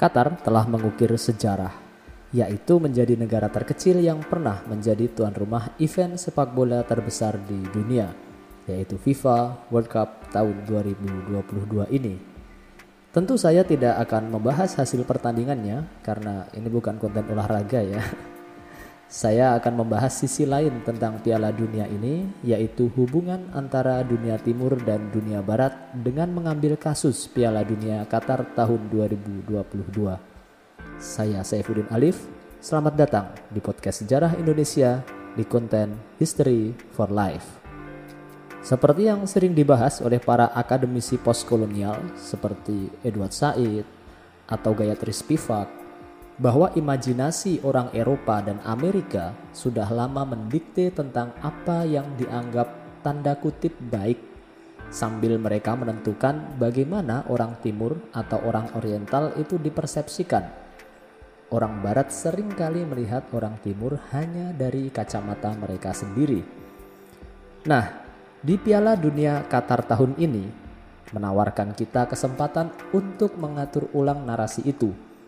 Qatar telah mengukir sejarah, yaitu menjadi negara terkecil yang pernah menjadi tuan rumah event sepak bola terbesar di dunia, yaitu FIFA World Cup tahun 2022 ini. Tentu saya tidak akan membahas hasil pertandingannya karena ini bukan konten olahraga ya. Saya akan membahas sisi lain tentang Piala Dunia ini, yaitu hubungan antara dunia timur dan dunia barat dengan mengambil kasus Piala Dunia Qatar tahun 2022. Saya Saifuddin Alif, selamat datang di podcast Sejarah Indonesia di konten History for Life. Seperti yang sering dibahas oleh para akademisi postkolonial seperti Edward Said atau Gayatri Spivak, bahwa imajinasi orang Eropa dan Amerika sudah lama mendikte tentang apa yang dianggap tanda kutip baik, sambil mereka menentukan bagaimana orang timur atau orang oriental itu dipersepsikan. Orang barat seringkali melihat orang timur hanya dari kacamata mereka sendiri. Nah, di Piala Dunia Qatar tahun ini menawarkan kita kesempatan untuk mengatur ulang narasi itu.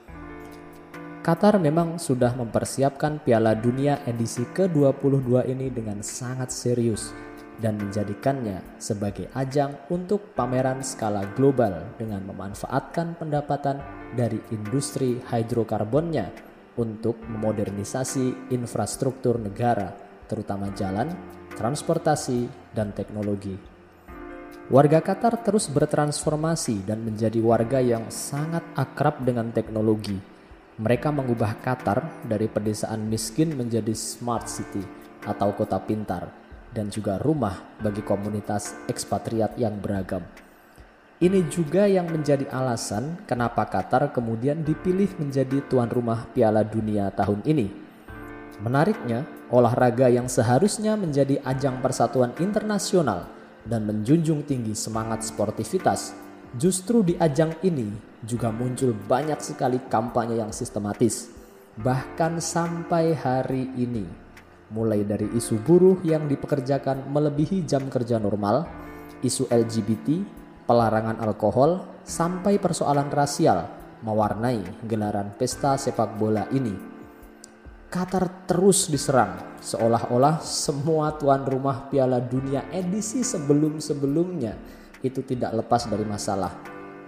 Qatar memang sudah mempersiapkan Piala Dunia edisi ke-22 ini dengan sangat serius dan menjadikannya sebagai ajang untuk pameran skala global dengan memanfaatkan pendapatan dari industri hidrokarbonnya untuk memodernisasi infrastruktur negara, terutama jalan, transportasi, dan teknologi. Warga Qatar terus bertransformasi dan menjadi warga yang sangat akrab dengan teknologi. Mereka mengubah Qatar dari pedesaan miskin menjadi smart city atau kota pintar dan juga rumah bagi komunitas ekspatriat yang beragam. Ini juga yang menjadi alasan kenapa Qatar kemudian dipilih menjadi tuan rumah Piala Dunia tahun ini. Menariknya, olahraga yang seharusnya menjadi ajang persatuan internasional dan menjunjung tinggi semangat sportivitas, justru di ajang ini juga muncul banyak sekali kampanye yang sistematis. Bahkan sampai hari ini, mulai dari isu buruh yang dipekerjakan melebihi jam kerja normal, isu LGBT, pelarangan alkohol, sampai persoalan rasial mewarnai gelaran pesta sepak bola ini. Qatar terus diserang seolah-olah semua tuan rumah Piala Dunia edisi sebelum-sebelumnya itu tidak lepas dari masalah.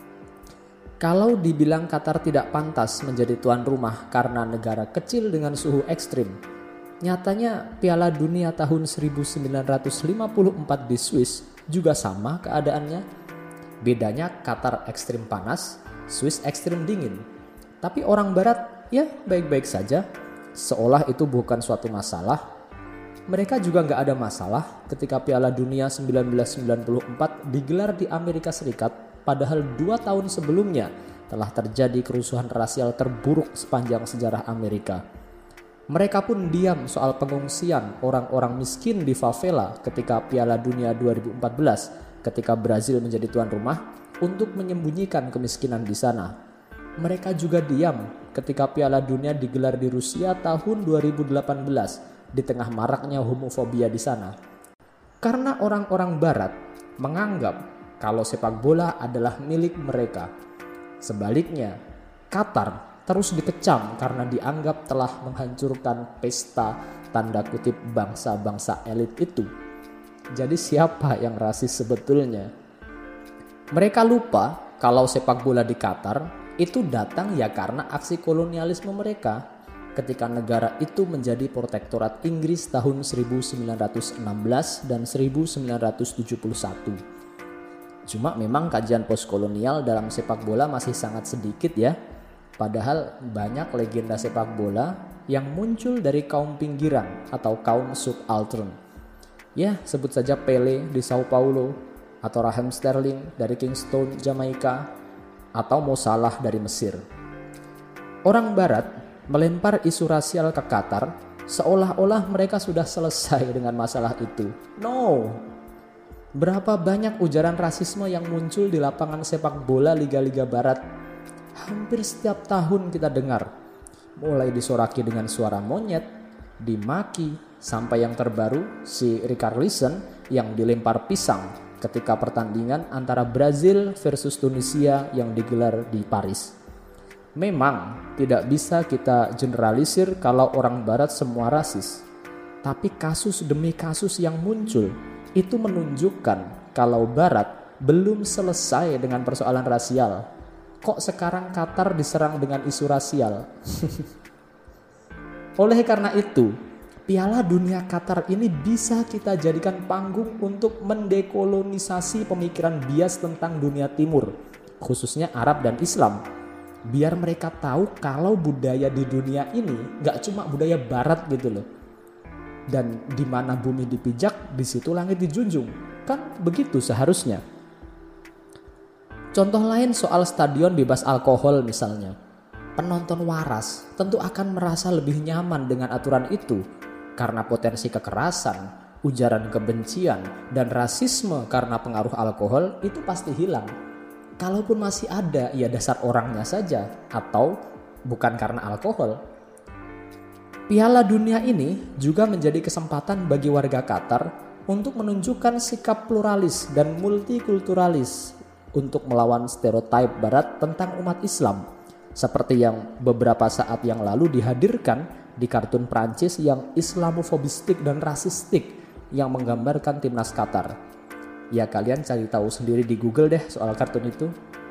Kalau dibilang Qatar tidak pantas menjadi tuan rumah karena negara kecil dengan suhu ekstrim, nyatanya Piala Dunia tahun 1954 di Swiss juga sama keadaannya. Bedanya Qatar ekstrim panas, Swiss ekstrim dingin. Tapi orang barat ya baik-baik saja, seolah itu bukan suatu masalah. Mereka juga gak ada masalah ketika Piala Dunia 1994 digelar di Amerika Serikat, padahal 2 tahun sebelumnya telah terjadi kerusuhan rasial terburuk sepanjang sejarah Amerika. Mereka pun diam soal pengungsian orang-orang miskin di favela ketika Piala Dunia 2014 ketika Brazil menjadi tuan rumah untuk menyembunyikan kemiskinan di sana. Mereka juga diam ketika Piala Dunia digelar di Rusia tahun 2018 di tengah maraknya homofobia di sana. Karena orang-orang barat menganggap kalau sepak bola adalah milik mereka. Sebaliknya, Qatar terus dikecam karena dianggap telah menghancurkan pesta tanda kutip bangsa-bangsa elit itu. Jadi siapa yang rasis sebetulnya? Mereka lupa kalau sepak bola di Qatar itu datang ya karena aksi kolonialisme mereka ketika negara itu menjadi protektorat Inggris tahun 1916 dan 1971. Cuma memang kajian postkolonial dalam sepak bola masih sangat sedikit ya. Padahal banyak legenda sepak bola yang muncul dari kaum pinggiran atau kaum subaltern. Ya, sebut saja Pele di Sao Paulo, atau Raheem Sterling dari Kingston, Jamaika, atau Mo Salah dari Mesir. Orang barat melempar isu rasial ke Qatar seolah-olah mereka sudah selesai dengan masalah itu. No! Berapa banyak ujaran rasisme yang muncul di lapangan sepak bola liga-liga barat? Hampir setiap tahun kita dengar. Mulai disoraki dengan suara monyet, dimaki, sampai yang terbaru si Richarlison yang dilempar pisang ketika pertandingan antara Brazil versus Tunisia yang digelar di Paris. Memang tidak bisa kita generalisir kalau orang barat semua rasis. Tapi kasus demi kasus yang muncul itu menunjukkan kalau barat belum selesai dengan persoalan rasial. Kok sekarang Qatar diserang dengan isu rasial? Oleh karena itu, Piala Dunia Qatar ini bisa kita jadikan panggung untuk mendekolonisasi pemikiran bias tentang dunia timur, khususnya Arab dan Islam. Biar mereka tahu kalau budaya di dunia ini gak cuma budaya barat gitu loh. Dan di mana bumi dipijak, di situ langit dijunjung. Kan begitu seharusnya. Contoh lain soal stadion bebas alkohol misalnya. Penonton waras tentu akan merasa lebih nyaman dengan aturan itu karena potensi kekerasan, ujaran kebencian, dan rasisme karena pengaruh alkohol itu pasti hilang. Kalaupun masih ada, ya dasar orangnya saja atau bukan karena alkohol. Piala Dunia ini juga menjadi kesempatan bagi warga Qatar untuk menunjukkan sikap pluralis dan multikulturalis untuk melawan stereotip barat tentang umat Islam, seperti yang beberapa saat yang lalu dihadirkan di kartun Prancis yang Islamofobistik dan rasistik yang menggambarkan timnas Qatar. Ya kalian cari tahu sendiri di Google deh soal kartun itu.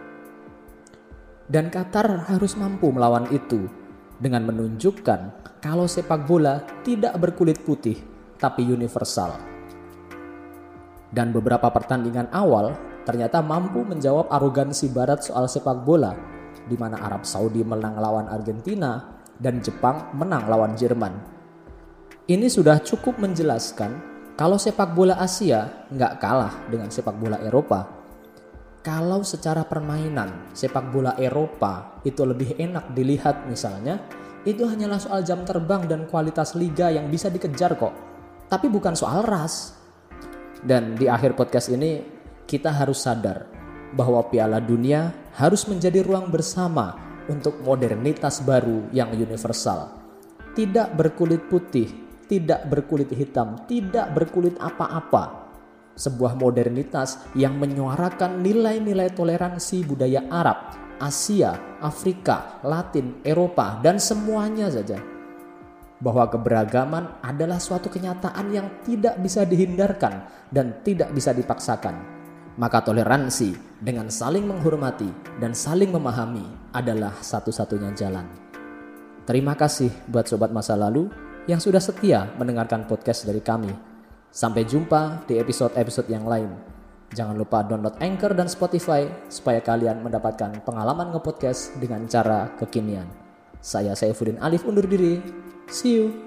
Dan Qatar harus mampu melawan itu dengan menunjukkan kalau sepak bola tidak berkulit putih tapi universal. Dan beberapa pertandingan awal ternyata mampu menjawab arogansi barat soal sepak bola, di mana Arab Saudi menang lawan Argentina dan Jepang menang lawan Jerman. Ini sudah cukup menjelaskan kalau sepak bola Asia nggak kalah dengan sepak bola Eropa. Kalau secara permainan sepak bola Eropa itu lebih enak dilihat misalnya, itu hanyalah soal jam terbang dan kualitas liga yang bisa dikejar kok. Tapi bukan soal ras. Dan di akhir podcast ini kita harus sadar bahwa Piala Dunia harus menjadi ruang bersama untuk modernitas baru yang universal. Tidak berkulit putih, tidak berkulit hitam, tidak berkulit apa-apa. Sebuah modernitas yang menyuarakan nilai-nilai toleransi budaya Arab, Asia, Afrika, Latin, Eropa, dan semuanya saja. Bahwa keberagaman adalah suatu kenyataan yang tidak bisa dihindarkan dan tidak bisa dipaksakan. Maka toleransi dengan saling menghormati dan saling memahami adalah satu-satunya jalan. Terima kasih buat sobat masa lalu yang sudah setia mendengarkan podcast dari kami. Sampai jumpa di episode-episode yang lain. Jangan lupa download Anchor dan Spotify supaya kalian mendapatkan pengalaman nge-podcast dengan cara kekinian. Saya Saifuddin Alif undur diri. See you.